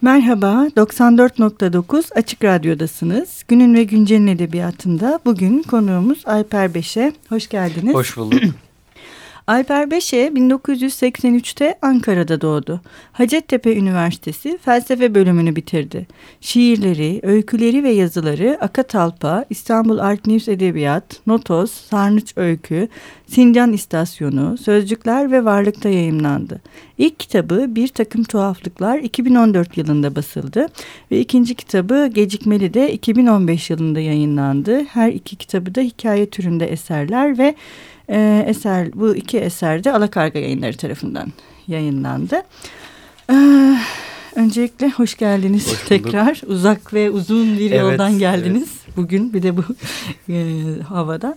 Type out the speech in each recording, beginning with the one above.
Merhaba, 94.9 Açık Radyo'dasınız. Günün ve Güncel'in edebiyatında bugün konuğumuz Alper Beşe. Hoş geldiniz. Hoş bulduk. Alper Beşe 1983'te Ankara'da doğdu. Hacettepe Üniversitesi felsefe bölümünü bitirdi. Şiirleri, öyküleri ve yazıları Akatalpa, İstanbul Art News Edebiyat, Notos, Sarnıç Öykü, Sincan İstasyonu, Sözcükler ve Varlık'ta yayımlandı. İlk kitabı Bir Takım Tuhaflıklar 2014 yılında basıldı ve ikinci kitabı Gecikmeli'de 2015 yılında yayınlandı. Her iki kitabı da hikaye türünde eserler ve bu iki eser de Alakarga Yayınları tarafından yayınlandı. Öncelikle hoş geldiniz tekrar. Uzak ve uzun bir yoldan geldiniz. Evet. Bugün bir de bu havada.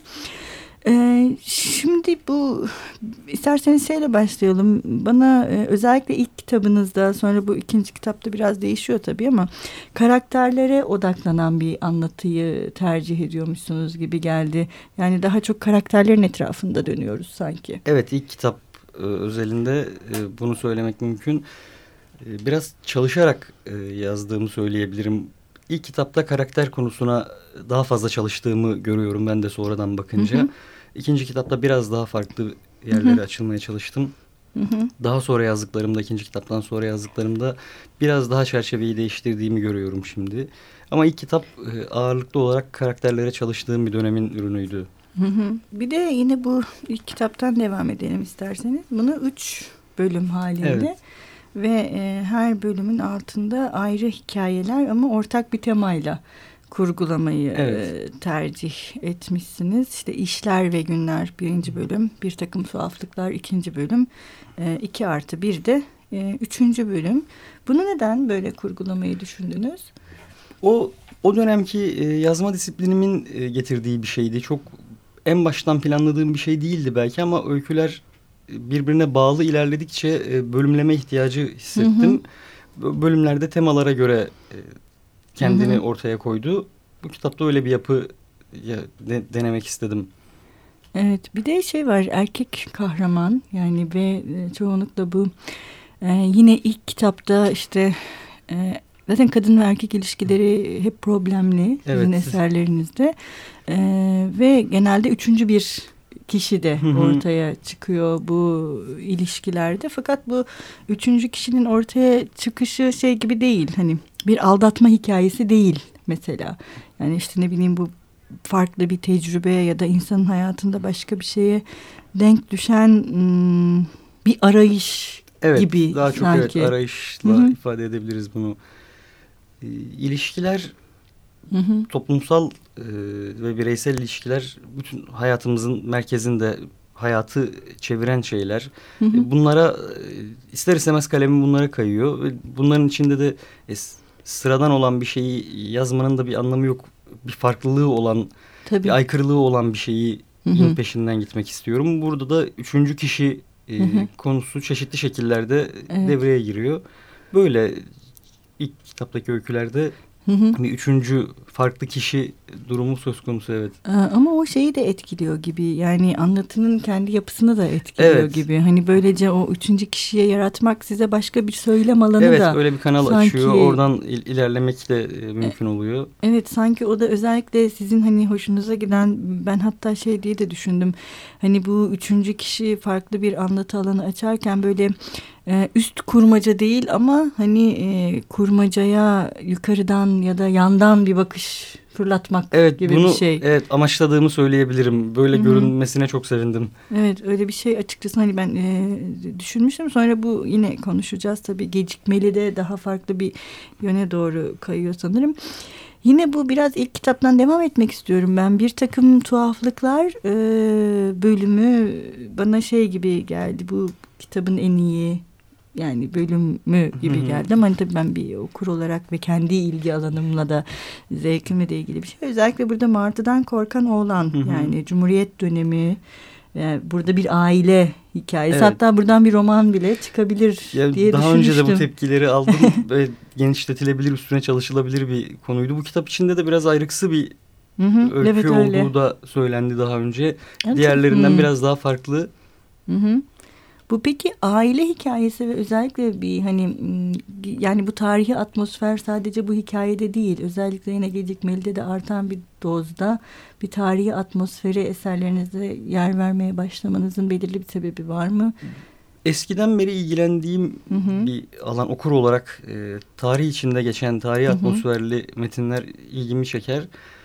Şimdi isterseniz şeyle başlayalım. Bana özellikle ilk kitabınızda, sonra bu ikinci kitapta biraz değişiyor tabii ama karakterlere odaklanan bir anlatıyı tercih ediyormuşsunuz gibi geldi. Yani daha çok karakterlerin etrafında dönüyoruz sanki. Evet, ilk kitap özelinde bunu söylemek mümkün. Biraz çalışarak yazdığımı söyleyebilirim. İlk kitapta karakter konusuna daha fazla çalıştığımı görüyorum ben de sonradan bakınca. Hı hı. İkinci kitapta biraz daha farklı yerlere açılmaya çalıştım. Hı hı. Daha sonra yazdıklarımda, ikinci kitaptan sonra yazdıklarımda biraz daha çerçeveyi değiştirdiğimi görüyorum şimdi. Ama ilk kitap ağırlıklı olarak karakterlere çalıştığım bir dönemin ürünüydü. Hı hı. Bir de yine bu ilk kitaptan devam edelim isterseniz. Bunu 3 bölüm halinde. Evet. Ve her bölümün altında ayrı hikayeler ama ortak bir temayla kurgulamayı tercih etmişsiniz. İşte İşler ve Günler birinci bölüm, Bir Takım Tuhaflıklar ikinci bölüm, 2+1 de üçüncü bölüm. Bunu neden böyle kurgulamayı düşündünüz? O dönemki yazma disiplinimin getirdiği bir şeydi. Çok en baştan planladığım bir şey değildi belki ama öyküler birbirine bağlı ilerledikçe bölümleme ihtiyacı hissettim. Hı hı. Bölümlerde temalara göre kendini ortaya koydu. Bu kitapta öyle bir yapı denemek istedim. Evet, bir de şey var, erkek kahraman yani ve çoğunlukla bu yine ilk kitapta işte zaten kadın ve erkek ilişkileri hep problemli sizin eserlerinizde ve genelde üçüncü bir kişi de ortaya çıkıyor bu ilişkilerde. Fakat bu üçüncü kişinin ortaya çıkışı şey gibi değil. Hani bir aldatma hikayesi değil mesela. Yani işte ne bileyim bu farklı bir tecrübe ya da insanın hayatında başka bir şeye denk düşen bir arayış gibi. Evet, daha çok sanki. Arayışla ifade edebiliriz bunu. İlişkiler toplumsal ve bireysel ilişkiler bütün hayatımızın merkezinde, hayatı çeviren şeyler. Bunlara ister istemez kalemim bunlara kayıyor. Ve bunların içinde de sıradan olan bir şeyi yazmanın da bir anlamı yok. Bir farklılığı olan, bir aykırılığı olan bir şeyi peşinden gitmek istiyorum. Burada da üçüncü kişi konusu çeşitli şekillerde devreye giriyor. Böyle ilk kitaptaki öykülerde bir üçüncü farklı kişi durumu söz konusu, evet. Ama o şeyi de etkiliyor gibi, yani anlatının kendi yapısını da etkiliyor gibi. Hani böylece o üçüncü kişiye yaratmak size başka bir söylem alanı da. Evet, öyle bir kanal açıyor. Oradan ilerlemek de mümkün oluyor. Evet, sanki o da özellikle sizin hani hoşunuza giden, ben hatta şey diye de düşündüm. Hani bu üçüncü kişi farklı bir anlatı alanı açarken böyle üst kurmaca değil ama hani kurmacaya yukarıdan ya da yandan bir bakış fırlatmak gibi bir şey. Evet, amaçladığımı söyleyebilirim. Böyle görünmesine çok sevindim. Evet, öyle bir şey açıkçası hani ben düşünmüştüm. Sonra bu yine konuşacağız tabii. Gecikmeli de daha farklı bir yöne doğru kayıyor sanırım. Yine bu biraz ilk kitaptan devam etmek istiyorum ben. Bir Takım Tuhaflıklar bölümü bana şey gibi geldi. Bu kitabın en iyi yani bölümü gibi geldi ama hani tabii ben bir okur olarak ve kendi ilgi alanımla da zevkimle de ilgili bir şey. Özellikle burada martıdan korkan oğlan yani Cumhuriyet dönemi, yani burada bir aile hikayesi. Evet. Hatta buradan bir roman bile çıkabilir diye düşünmüştüm. Daha önce de bu tepkileri aldım ve genişletilebilir, üstüne çalışılabilir bir konuydu. Bu kitap içinde de biraz ayrıksı bir öykü olduğu da söylendi daha önce. Evet. Diğerlerinden biraz daha farklı. Bu peki aile hikayesi ve özellikle bir hani yani bu tarihi atmosfer sadece bu hikayede değil. Özellikle yine Gecikmeli'de de artan bir dozda bir tarihi atmosferi eserlerinizde yer vermeye başlamanızın belirli bir sebebi var mı? Eskiden beri ilgilendiğim bir alan, okur olarak tarih içinde geçen tarihi atmosferli metinler ilgimi çeker.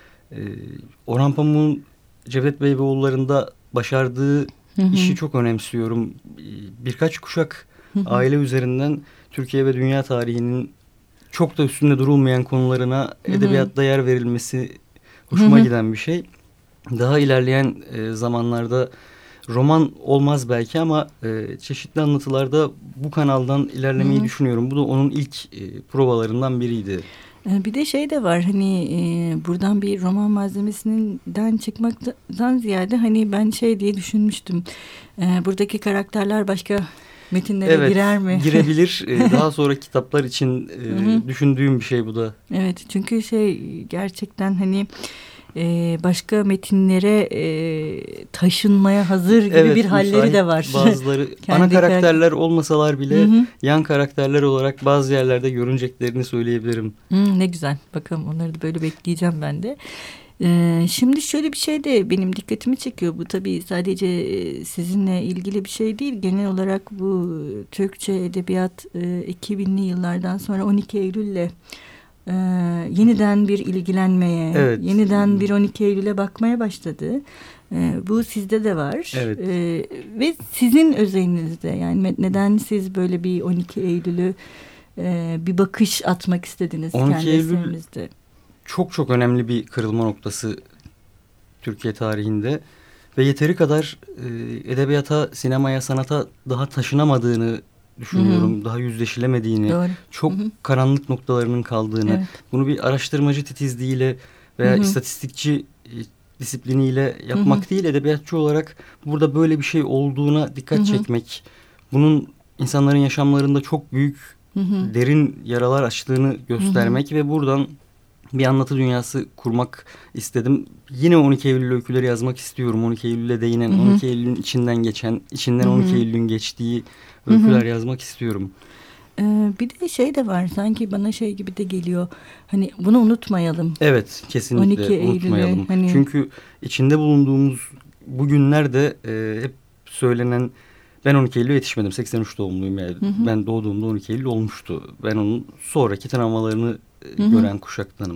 Orhan Pamuk'un Cevdet Beyboğulları'nda başardığı işi çok önemsiyorum. Birkaç kuşak aile üzerinden Türkiye ve dünya tarihinin çok da üstünde durulmayan konularına edebiyatta yer verilmesi hoşuma giden bir şey. Daha ilerleyen zamanlarda roman olmaz belki ama çeşitli anlatılarda bu kanaldan ilerlemeyi düşünüyorum. Bu da onun ilk provalarından biriydi. Bir de şey de var hani buradan bir roman malzemesinden çıkmaktan ziyade hani ben şey diye düşünmüştüm. Buradaki karakterler başka metinlere girer mi? Girebilir. Daha sonra kitaplar için düşündüğüm bir şey bu da. Evet, çünkü şey gerçekten hani başka metinlere taşınmaya hazır gibi bir halleri de var. Bazıları ana karakterler olmasalar bile yan karakterler olarak bazı yerlerde görüneceklerini söyleyebilirim. Ne güzel. Bakalım onları da böyle bekleyeceğim ben de. Şimdi şöyle bir şey de benim dikkatimi çekiyor. Bu tabii sadece sizinle ilgili bir şey değil. Genel olarak bu Türkçe edebiyat 2000'li yıllardan sonra 12 Eylül'le yeniden bir ilgilenmeye, yeniden bir 12 Eylül'e bakmaya başladı. Bu sizde de var. Evet. Ve sizin özelinizde yani neden siz böyle bir 12 Eylül'ü bir bakış atmak istediniz kendi eserinizde? Çok çok önemli bir kırılma noktası Türkiye tarihinde ve yeteri kadar edebiyata, sinemaya, sanata daha taşınamadığını düşünüyorum. Daha yüzleşilemediğini, çok karanlık noktalarının kaldığını, bunu bir araştırmacı titizliğiyle veya istatistikçi disipliniyle yapmak değil, edebiyatçı olarak burada böyle bir şey olduğuna dikkat çekmek, bunun insanların yaşamlarında çok büyük, derin yaralar açtığını göstermek ve buradan bir anlatı dünyası kurmak istedim. Yine 12 Eylül öyküleri yazmak istiyorum. 12 Eylül'e değinen, 12 Eylül'ün içinden geçen, içinden 12 Eylül'ün geçtiği öyküler yazmak istiyorum. Bir de şey de var, sanki bana şey gibi de geliyor. Hani bunu unutmayalım. Evet, kesinlikle unutmayalım. Hani... Çünkü içinde bulunduğumuz bugünlerde hep söylenen, ben 12 Eylül'e yetişmedim. 83 doğumluyum yani. Ben doğduğumda 12 Eylül olmuştu. Ben onun sonraki travmalarını gören kuşaktanım.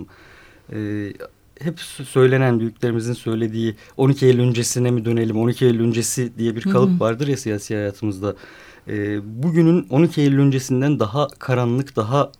Hep söylenen, büyüklerimizin söylediği 12 Eylül öncesine mi dönelim, 12 Eylül öncesi diye bir kalıp vardır ya siyasi hayatımızda. Bugünün 12 Eylül öncesinden daha karanlık, daha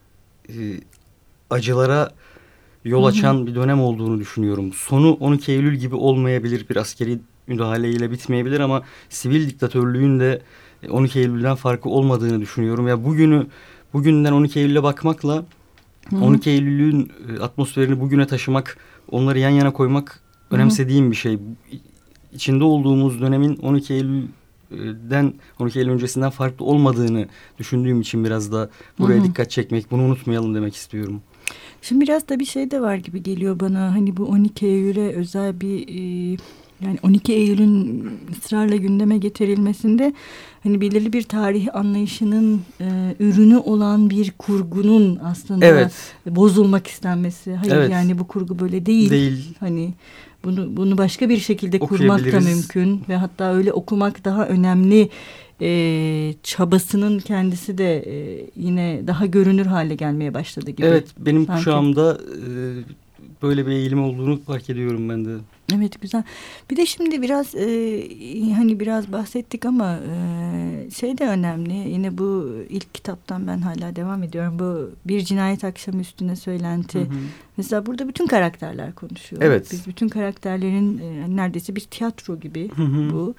acılara yol açan bir dönem olduğunu düşünüyorum. Sonu 12 Eylül gibi olmayabilir, bir askeri müdahaleyle bitmeyebilir ama sivil diktatörlüğün de 12 Eylül'den farkı olmadığını düşünüyorum. Ya bugünden 12 Eylül'e bakmakla 12 Eylül'ün atmosferini bugüne taşımak, onları yan yana koymak önemsediğim bir şey. İçinde olduğumuz dönemin 12 Eylül öncesinden farklı olmadığını düşündüğüm için biraz da buraya dikkat çekmek, bunu unutmayalım demek istiyorum. Şimdi biraz da bir şey de var gibi geliyor bana. Hani bu 12 Eylül'e özel bir yani 12 Eylül'ün ısrarla gündeme getirilmesinde hani belirli bir tarih anlayışının ürünü olan bir kurgunun aslında bozulmak istenmesi. Hayır yani bu kurgu böyle değil. Hani bunu başka bir şekilde kurmak da mümkün ve hatta öyle okumak daha önemli çabasının kendisi de yine daha görünür hale gelmeye başladı gibi. Evet, benim kuşağımda böyle bir eğilim olduğunu fark ediyorum ben de. Evet, güzel. Bir de şimdi biraz hani biraz bahsettik ama şey de önemli. Yine bu ilk kitaptan ben hala devam ediyorum. Bu Bir Cinayet Akşamı Üstüne Söylenti. Mesela burada bütün karakterler konuşuyor. Evet. Biz bütün karakterlerin neredeyse bir tiyatro gibi bu.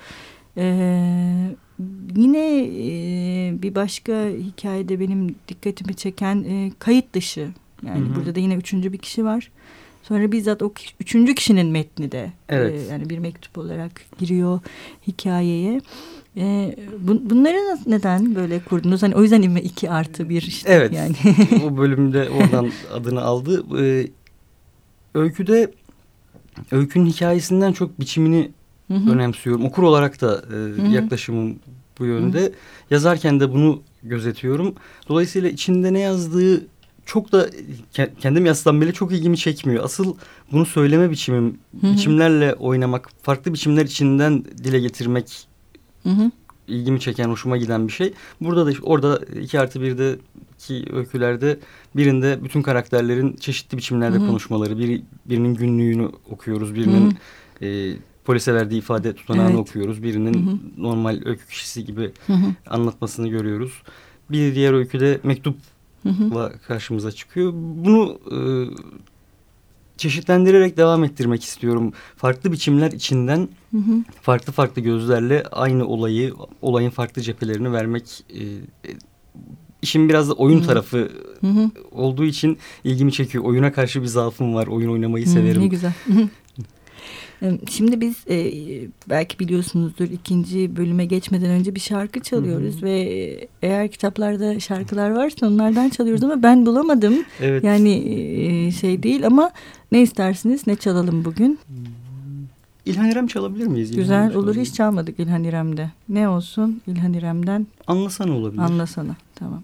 Yine bir başka hikayede benim dikkatimi çeken kayıt dışı. Yani burada da yine üçüncü bir kişi var. Sonra bizzat o üçüncü kişinin metni de yani bir mektup olarak giriyor hikayeye. Bunları neden böyle kurdunuz? Hani o yüzden 2+1 işte. Evet. Yani. O bölümde oradan adını aldı. Öykünün hikayesinden çok biçimini önemsiyorum. Okur olarak da yaklaşımım bu yönde. Yazarken de bunu gözetiyorum. Dolayısıyla içinde ne yazdığı çok da kendim yazsam bile çok ilgimi çekmiyor. Asıl bunu söyleme biçimim, biçimlerle oynamak, farklı biçimler içinden dile getirmek ilgimi çeken, hoşuma giden bir şey. Burada da orada 2+1'deki öykülerde birinde bütün karakterlerin çeşitli biçimlerde konuşmaları, birinin günlüğünü okuyoruz, birinin polise verdiği ifade tutanağını okuyoruz, birinin normal öykü kişisi gibi anlatmasını görüyoruz. Bir diğer öyküde mektupla karşımıza çıkıyor. Bunu çeşitlendirerek devam ettirmek istiyorum. Farklı biçimler içinden farklı farklı gözlerle aynı olayın farklı cephelerini vermek işin biraz da oyun tarafı olduğu için ilgimi çekiyor. Oyuna karşı bir zaafım var. Oyun oynamayı severim. Ne güzel. Şimdi biz belki biliyorsunuzdur, 2. bölüme geçmeden önce bir şarkı çalıyoruz ve eğer kitaplarda şarkılar varsa onlardan çalıyoruz ama ben bulamadım. Evet. Yani şey değil ama ne istersiniz, ne çalalım bugün? İlhan İrem çalabilir miyiz? Güzel olur, hiç çalmadık İlhan İrem'de. Ne olsun İlhan İrem'den? Anlasana olabilir. Anlasana, tamam.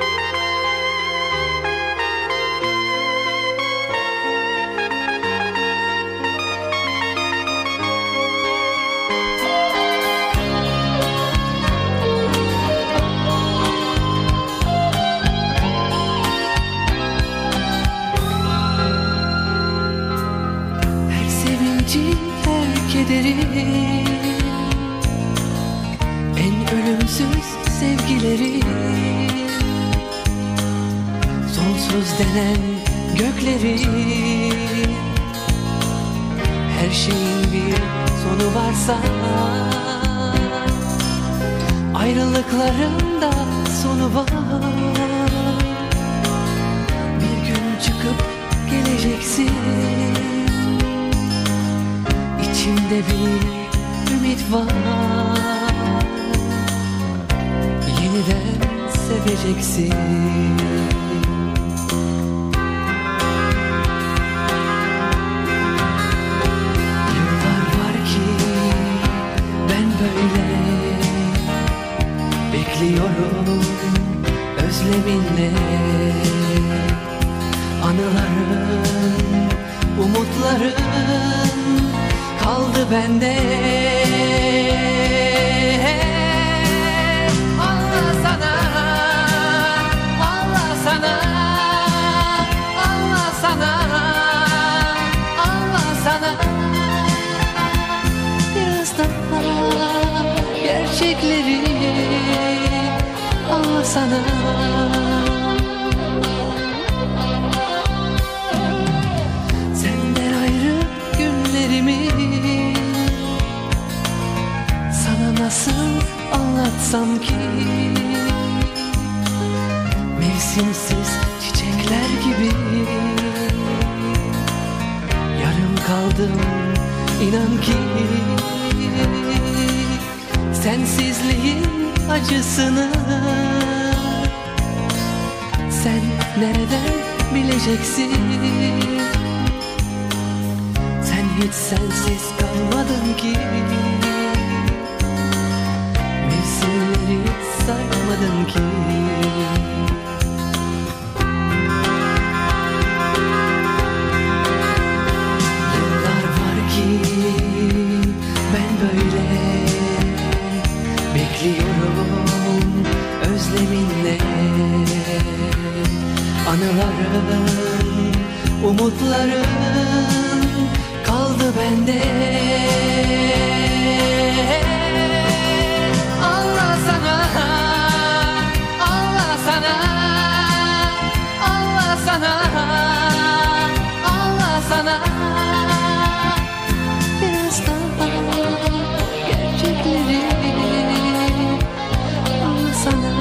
En ölümsüz sevgileri, sonsuz denen gökleri, her şeyin bir sonu varsa ayrılıkların da sonu var. Bir gün çıkıp geleceksin, İçimde bir ümit var. Yeniden seveceksin. Yıllar var ki ben böyle bekliyorum özleminle. Anıların, umutların kaldı bende. Allah sana, Allah sana, Allah sana, Allah sana. Biraz daha gerçekleri Allah sana. Senden ayrı günlerimi sana nasıl anlatsam ki? Mevsimsiz çiçekler gibi yarım kaldım inan ki. Sensizliğin acısını sen nereden bileceksin? Sen hiç sensiz kalmadın ki. Mevsimleri saymadın ki. Yıllar var ki ben böyle bekliyorum özleminle. Anıların, umutların kaldı bende. Allah sana, Allah sana, Allah sana, Allah sana. Biraz daha gerçekleri Allah sana.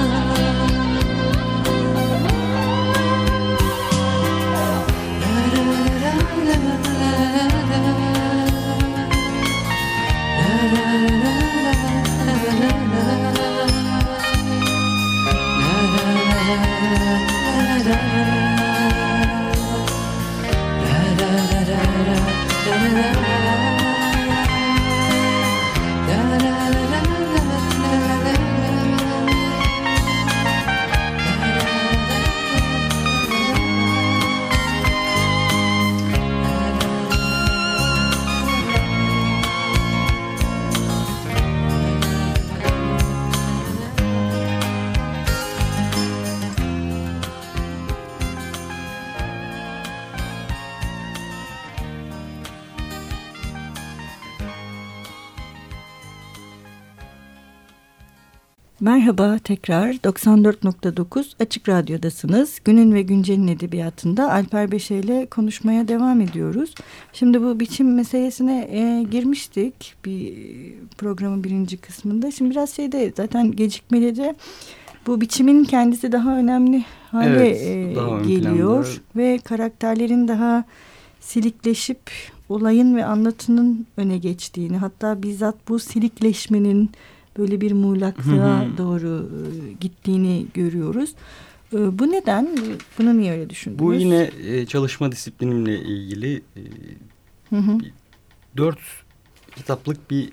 La la la la la la la. Merhaba, tekrar 94.9 Açık Radyo'dasınız. Günün ve Güncel'in edebiyatında Alper Beşe ile konuşmaya devam ediyoruz. Şimdi bu biçim meselesine girmiştik bir programın birinci kısmında. Şimdi biraz zaten gecikmeli de bu biçimin kendisi daha önemli hale daha geliyor. Ve karakterlerin daha silikleşip olayın ve anlatının öne geçtiğini, hatta bizzat bu silikleşmenin böyle bir muğlaklığa doğru gittiğini görüyoruz. Bu neden? Bunu niye öyle düşündünüz? Bu yine çalışma disiplinimle ilgili 4 kitaplık bir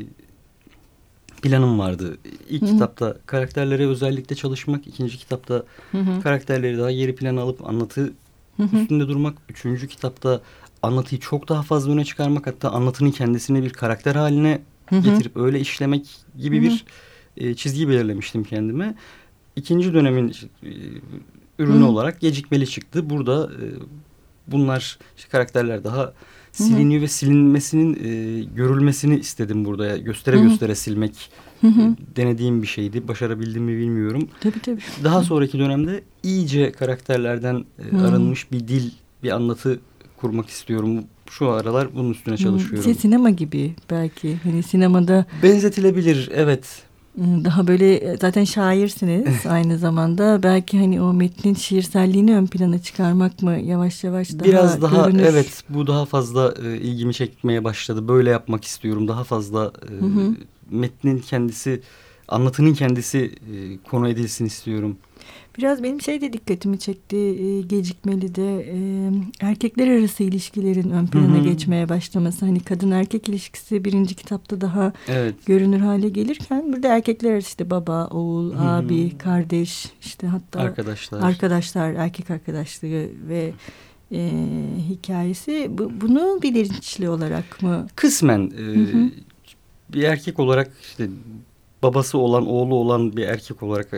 planım vardı. İlk kitapta karakterlere özellikle çalışmak, ikinci kitapta karakterleri daha geri plana alıp anlatı üstünde durmak, üçüncü kitapta anlatıyı çok daha fazla öne çıkarmak, hatta anlatının kendisini bir karakter haline getirip öyle işlemek gibi bir çizgi belirlemiştim kendime. İkinci dönemin ürünü olarak gecikmeli çıktı. Burada bunlar karakterler daha siliniyor ve silinmesinin görülmesini istedim burada. Göstere silmek denediğim bir şeydi. Başarabildim mi bilmiyorum. Tabii. Daha sonraki dönemde iyice karakterlerden arınmış bir dil, bir anlatı kurmak istiyorum. Şu aralar bunun üstüne çalışıyorum. Sinema gibi belki. Hani sinemada benzetilebilir, evet. Daha böyle zaten şairsiniz aynı zamanda. Belki hani o metnin şiirselliğini ön plana çıkarmak mı yavaş yavaş daha biraz daha görünür? Evet, bu daha fazla ilgimi çekmeye başladı. Böyle yapmak istiyorum. Daha fazla metnin kendisi, anlatının kendisi konu edilsin istiyorum. Biraz benim de dikkatimi çekti gecikmeli de erkekler arası ilişkilerin ön plana geçmeye başlaması. Hani kadın erkek ilişkisi birinci kitapta daha görünür hale gelirken burada erkekler arası işte baba, oğul, abi, kardeş, işte hatta arkadaşlar, erkek arkadaşlığı ve hikayesi. Bunu bilinçli olarak mı? Kısmen bir erkek olarak işte babası olan, oğlu olan bir erkek olarak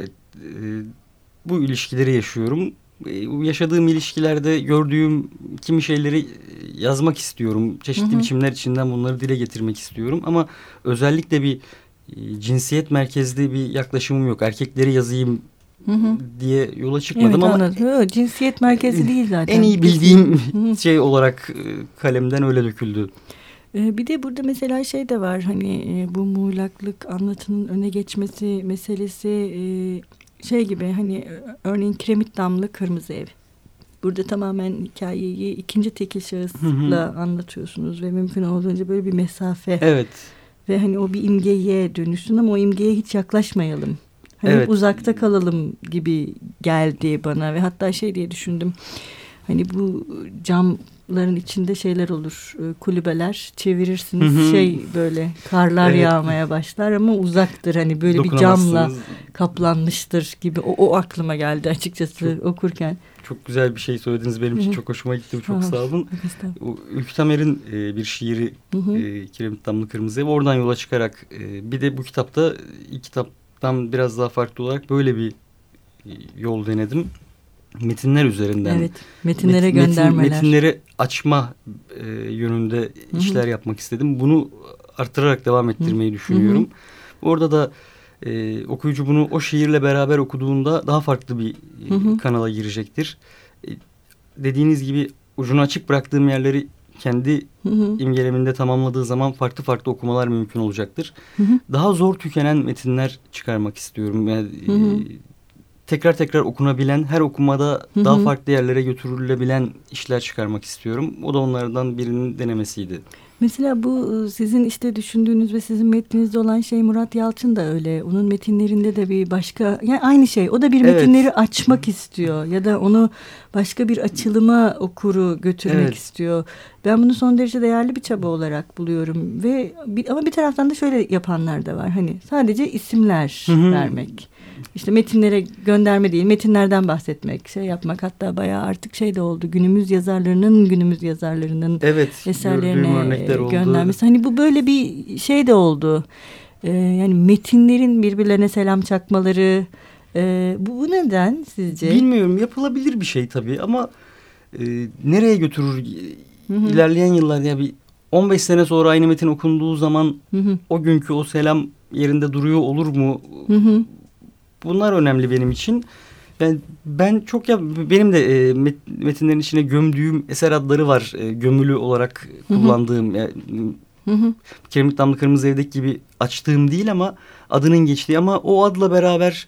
bu ilişkileri yaşıyorum. Yaşadığım ilişkilerde gördüğüm kimi şeyleri yazmak istiyorum. Çeşitli biçimler içinden bunları dile getirmek istiyorum. Ama özellikle bir cinsiyet merkezli bir yaklaşımım yok. Erkekleri yazayım diye yola çıkmadım ama cinsiyet merkezi değil zaten. En iyi bildiğim şey olarak kalemden öyle döküldü. Bir de burada mesela de var, hani bu muğlaklık, anlatının öne geçmesi meselesi gibi, hani örneğin Kiremit Damlı Kırmızı Ev. Burada tamamen hikayeyi ikinci tekil şahısla anlatıyorsunuz ve mümkün olduğunca böyle bir mesafe. Evet. Ve hani o bir imgeye dönüşsün ama o imgeye hiç yaklaşmayalım. Hani uzakta kalalım gibi geldi bana ve hatta diye düşündüm. Hani bu camların içinde şeyler olur, kulübeler çevirirsiniz, böyle karlar yağmaya başlar ama uzaktır, hani böyle bir camla kaplanmıştır gibi. O aklıma geldi açıkçası okurken. Çok güzel bir şey söylediniz, benim için çok hoşuma gitti, çok sağ olun. Ülkü Tamer'in bir şiiri Kiremit Damlı Kırmızı Ev, oradan yola çıkarak bir de bu kitapta ilk kitaptan biraz daha farklı olarak böyle bir yol denedim. Metinler üzerinden. Evet, metinlere göndermeler. Metinleri açma yönünde işler yapmak istedim. Bunu artırarak devam ettirmeyi düşünüyorum. Orada da okuyucu bunu o şiirle beraber okuduğunda daha farklı bir kanala girecektir. Dediğiniz gibi ucunu açık bıraktığım yerleri kendi imgeleminde tamamladığı zaman farklı farklı okumalar mümkün olacaktır. Daha zor tükenen metinler çıkarmak istiyorum. Yani, tekrar okunabilen, her okumada daha farklı yerlere götürülebilen işler çıkarmak istiyorum. O da onlardan birinin denemesiydi. Mesela bu sizin düşündüğünüz ve sizin metninizde olan Murat Yalçın da öyle. Onun metinlerinde de bir başka, yani aynı şey. O da bir metinleri açmak istiyor ya da onu başka bir açılıma okuru götürmek istiyor. Ben bunu son derece değerli bir çaba olarak buluyorum ve ama bir taraftan da şöyle yapanlar da var. Hani sadece isimler vermek. İşte metinlere gönderme değil, metinlerden bahsetmek, yapmak, hatta bayağı artık de oldu. Günümüz yazarlarının eserlerine göndermesi. Hani bu böyle bir de oldu. Yani metinlerin birbirlerine selam çakmaları. Bu neden sizce? Bilmiyorum, yapılabilir bir şey tabii ama nereye götürür? İlerleyen yıllar, ya bir 15 sene sonra aynı metin okunduğu zaman o günkü o selam yerinde duruyor olur mu? Bunlar önemli benim için. Ben çok benim de metinlerin içine gömdüğüm eser adları var. Gömülü olarak kullandığım. Yani, Kiremit Damlı Kırmızı Ev'deki gibi açtığım değil ama adının geçtiği, ama o adla beraber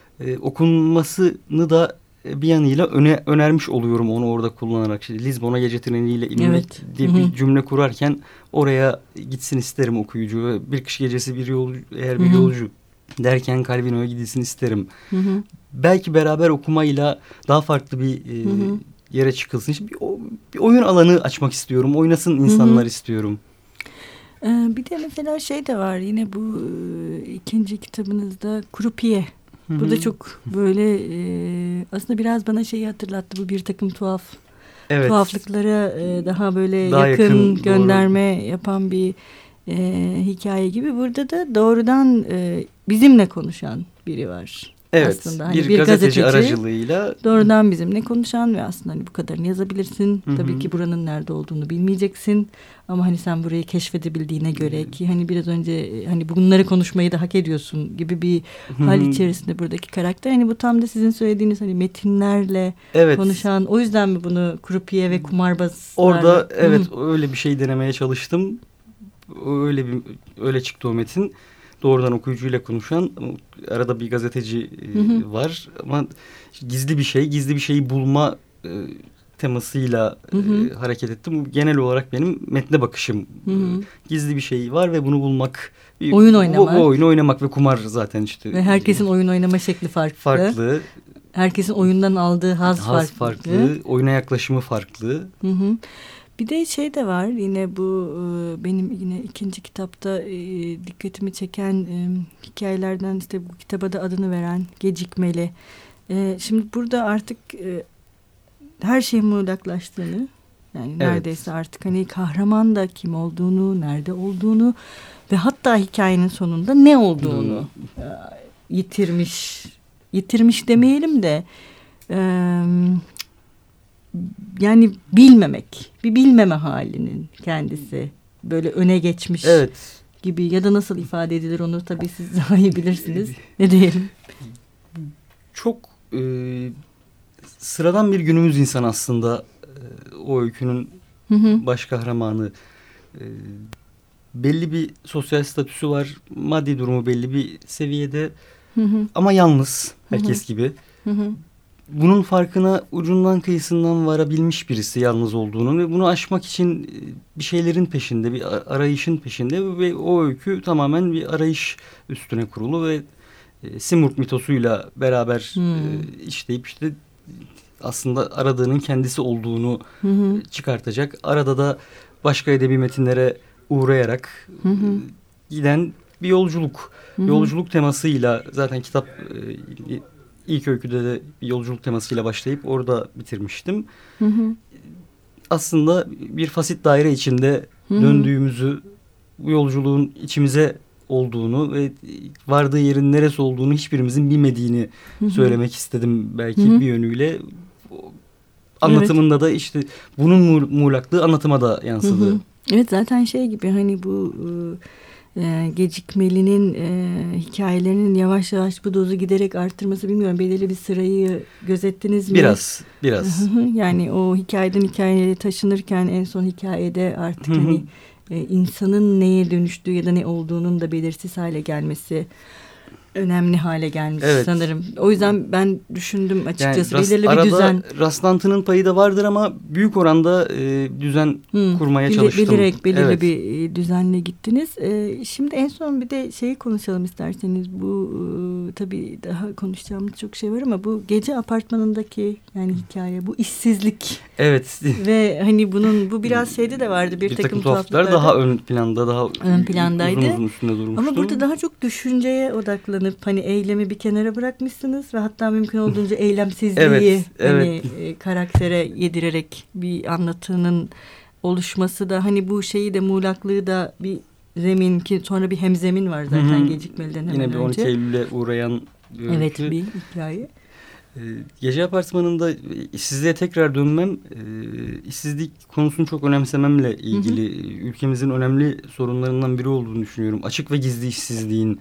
okunmasını da bir yanıyla önermiş oluyorum onu orada kullanarak. İşte Lizbon'a gece treniyle inmek diye bir cümle kurarken oraya gitsin isterim okuyucu. Bir kış gecesi bir yolcu, eğer bir yolcu derken Calvino'ya gidilsin isterim. Belki beraber okumayla daha farklı bir yere çıkılsın. İşte bir oyun alanı açmak istiyorum. Oynasın insanlar istiyorum. Bir de mesela şey de var yine bu ikinci kitabınızda Croupier. Bu da çok böyle aslında biraz bana şeyi hatırlattı. Bu bir takım tuhaflıklara daha böyle daha yakın gönderme doğru. Yapan bir hikaye gibi. Burada da doğrudan bizimle konuşan biri var. Evet, aslında. Hani bir gazeteci aracılığıyla doğrudan bizimle konuşan ve aslında hani bu kadarını yazabilirsin. Tabii ki buranın nerede olduğunu bilmeyeceksin. Ama hani sen burayı keşfedebildiğine göre ki hani biraz önce hani bunları konuşmayı da hak ediyorsun gibi bir hal içerisinde buradaki karakter. Hani bu tam da sizin söylediğiniz hani metinlerle konuşan. O yüzden mi bunu Croupier ve kumarbazlarla? Orada öyle bir şey denemeye çalıştım. Öyle çıktı o metin. Doğrudan okuyucuyla konuşan, arada bir gazeteci var ama gizli bir şeyi bulma temasıyla hareket ettim. Genel olarak benim metne bakışım. Gizli bir şey var ve bunu bulmak, oyun oynamak. Bu oyunu oynamak ve kumar zaten işte. Ve herkesin oyun oynama şekli farklı. Herkesin oyundan aldığı haz farklı. Oyuna yaklaşımı farklı. Bir de şey de var yine bu benim yine ikinci kitapta dikkatimi çeken hikayelerden işte bu kitaba da adını veren Gecikmeli. Şimdi burada artık her şeyin muğlaklaştığını yani neredeyse artık hani kahraman da kim olduğunu, nerede olduğunu ve hatta hikayenin sonunda ne olduğunu yitirmiş demeyelim de yani bir bilmeme halinin kendisi böyle öne geçmiş gibi ya da nasıl ifade edilir onu tabii siz daha iyi bilirsiniz. Ne diyelim? Çok sıradan bir günümüz insan aslında o öykünün baş kahramanı. Belli bir sosyal statüsü var, maddi durumu belli bir seviyede ama yalnız herkes gibi. Bunun farkına ucundan kıyısından varabilmiş birisi yalnız olduğunu ve bunu aşmak için bir şeylerin peşinde, bir arayışın peşinde ve o öykü tamamen bir arayış üstüne kurulu ve Simurg mitosuyla beraber işleyip işte aslında aradığının kendisi olduğunu çıkartacak. Arada da başka edebi metinlere uğrayarak giden bir yolculuk. Yolculuk temasıyla zaten kitap ilk öyküde de bir yolculuk temasıyla başlayıp orada bitirmiştim. Aslında bir fasit daire içinde döndüğümüzü, bu yolculuğun içimize olduğunu ve vardığı yerin neresi olduğunu hiçbirimizin bilmediğini söylemek istedim belki bir yönüyle. Anlatımında da işte bunun muğlaklığı anlatıma da yansıdı. Evet zaten şey gibi hani bu Gecikmeli'nin hikayelerinin yavaş yavaş bu dozu giderek arttırması bilmiyorum. Belirli bir sırayı gözettiniz mi? Biraz. Yani o hikayeden hikayeye taşınırken en son hikayede artık hani insanın neye dönüştüğü ya da ne olduğunun da belirsiz hale gelmesi önemli hale gelmiş sanırım. O yüzden ben düşündüm açıkçası yani belirli bir düzen. Rastlantının payı da vardır ama büyük oranda düzen kurmaya çalıştım. Bilerek belirli bir düzenle gittiniz. Şimdi en son bir de şeyi konuşalım isterseniz. Bu tabii daha konuşacağımız çok şey var ama bu gece apartmanındaki yani hikaye, bu işsizlik. Evet. Ve hani bu biraz şeyde de vardı. Bir takım tuhaflıklar daha ön planda, daha ön plandaydı. Uzun üstünde durmuştu. Ama burada daha çok düşünceye odaklanıp hani eylemi bir kenara bırakmışsınız ve hatta mümkün olduğunca eylemsizliği hani karaktere yedirerek bir anlatının oluşması da hani bu şeyi de muğlaklığı da bir zemin ki sonra bir hemzemin var zaten Gecikmeli'den hemen önce. Yine bir 12 Eylül'e uğrayan bir hikaye. Gece Apartmanı'nda işsizliğe tekrar dönmem, işsizlik konusunu çok önemsememle ilgili. Ülkemizin önemli sorunlarından biri olduğunu düşünüyorum. Açık ve gizli işsizliğin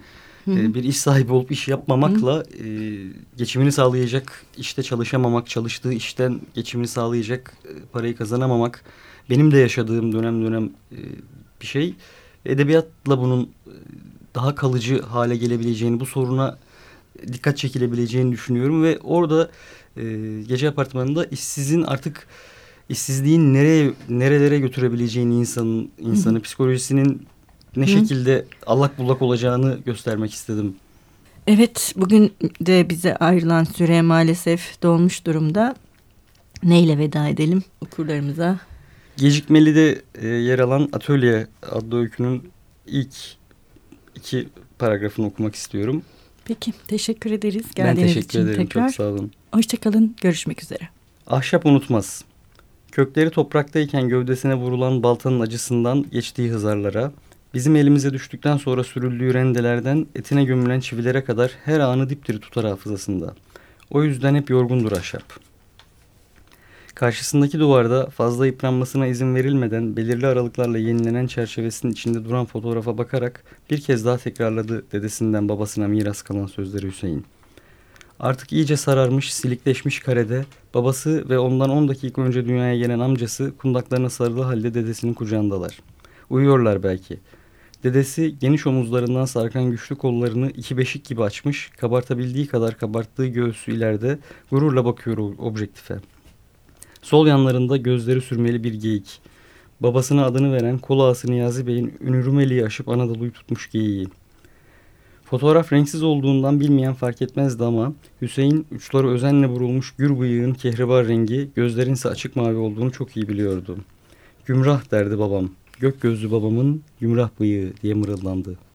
bir iş sahibi olup iş yapmamakla geçimini sağlayacak işte çalışamamak, çalıştığı işten geçimini sağlayacak parayı kazanamamak benim de yaşadığım dönem bir şey. Edebiyatla bunun daha kalıcı hale gelebileceğini, bu soruna dikkat çekilebileceğini düşünüyorum ve orada Gece Apartmanı'nda işsizin artık işsizliğin nerelere götürebileceğini insanı psikolojisinin ne şekilde allak bullak olacağını göstermek istedim. Evet, bugün de bize ayrılan süre maalesef dolmuş durumda. Neyle veda edelim okurlarımıza? Gecikmeli'de yer alan Atölye adlı öykünün ilk 2 paragrafını okumak istiyorum. Peki, teşekkür ederiz. Ben teşekkür ederim. Tekrar. Çok sağ olun. Hoşçakalın, görüşmek üzere. Ahşap unutmaz. Kökleri topraktayken gövdesine vurulan baltanın acısından geçtiği hızarlara, bizim elimize düştükten sonra sürüldüğü rendelerden etine gömülen çivilere kadar her anı dipdiri tutar hafızasında. O yüzden hep yorgundur ahşap. Karşısındaki duvarda fazla yıpranmasına izin verilmeden belirli aralıklarla yenilenen çerçevesinin içinde duran fotoğrafa bakarak bir kez daha tekrarladı dedesinden babasına miras kalan sözleri Hüseyin. Artık iyice sararmış, silikleşmiş karede babası ve ondan 10 dakika önce dünyaya gelen amcası kundaklarına sarılı halde dedesinin kucağındalar. Uyuyorlar belki. Dedesi geniş omuzlarından sarkan güçlü kollarını 2 beşik gibi açmış, kabartabildiği kadar kabarttığı göğsü ileride gururla bakıyor objektife. Sol yanlarında gözleri sürmeli bir geyik. Babasına adını veren kol ağası Niyazi Bey'in Ünürümeli'yi aşıp Anadolu'yu tutmuş geyiği. Fotoğraf renksiz olduğundan bilmeyen fark etmezdi ama Hüseyin uçları özenle vurulmuş gür bıyığın kehribar rengi, gözlerinse açık mavi olduğunu çok iyi biliyordu. Gümrah derdi babam. Gök gözlü babamın gümrah bıyığı diye mırıldandı.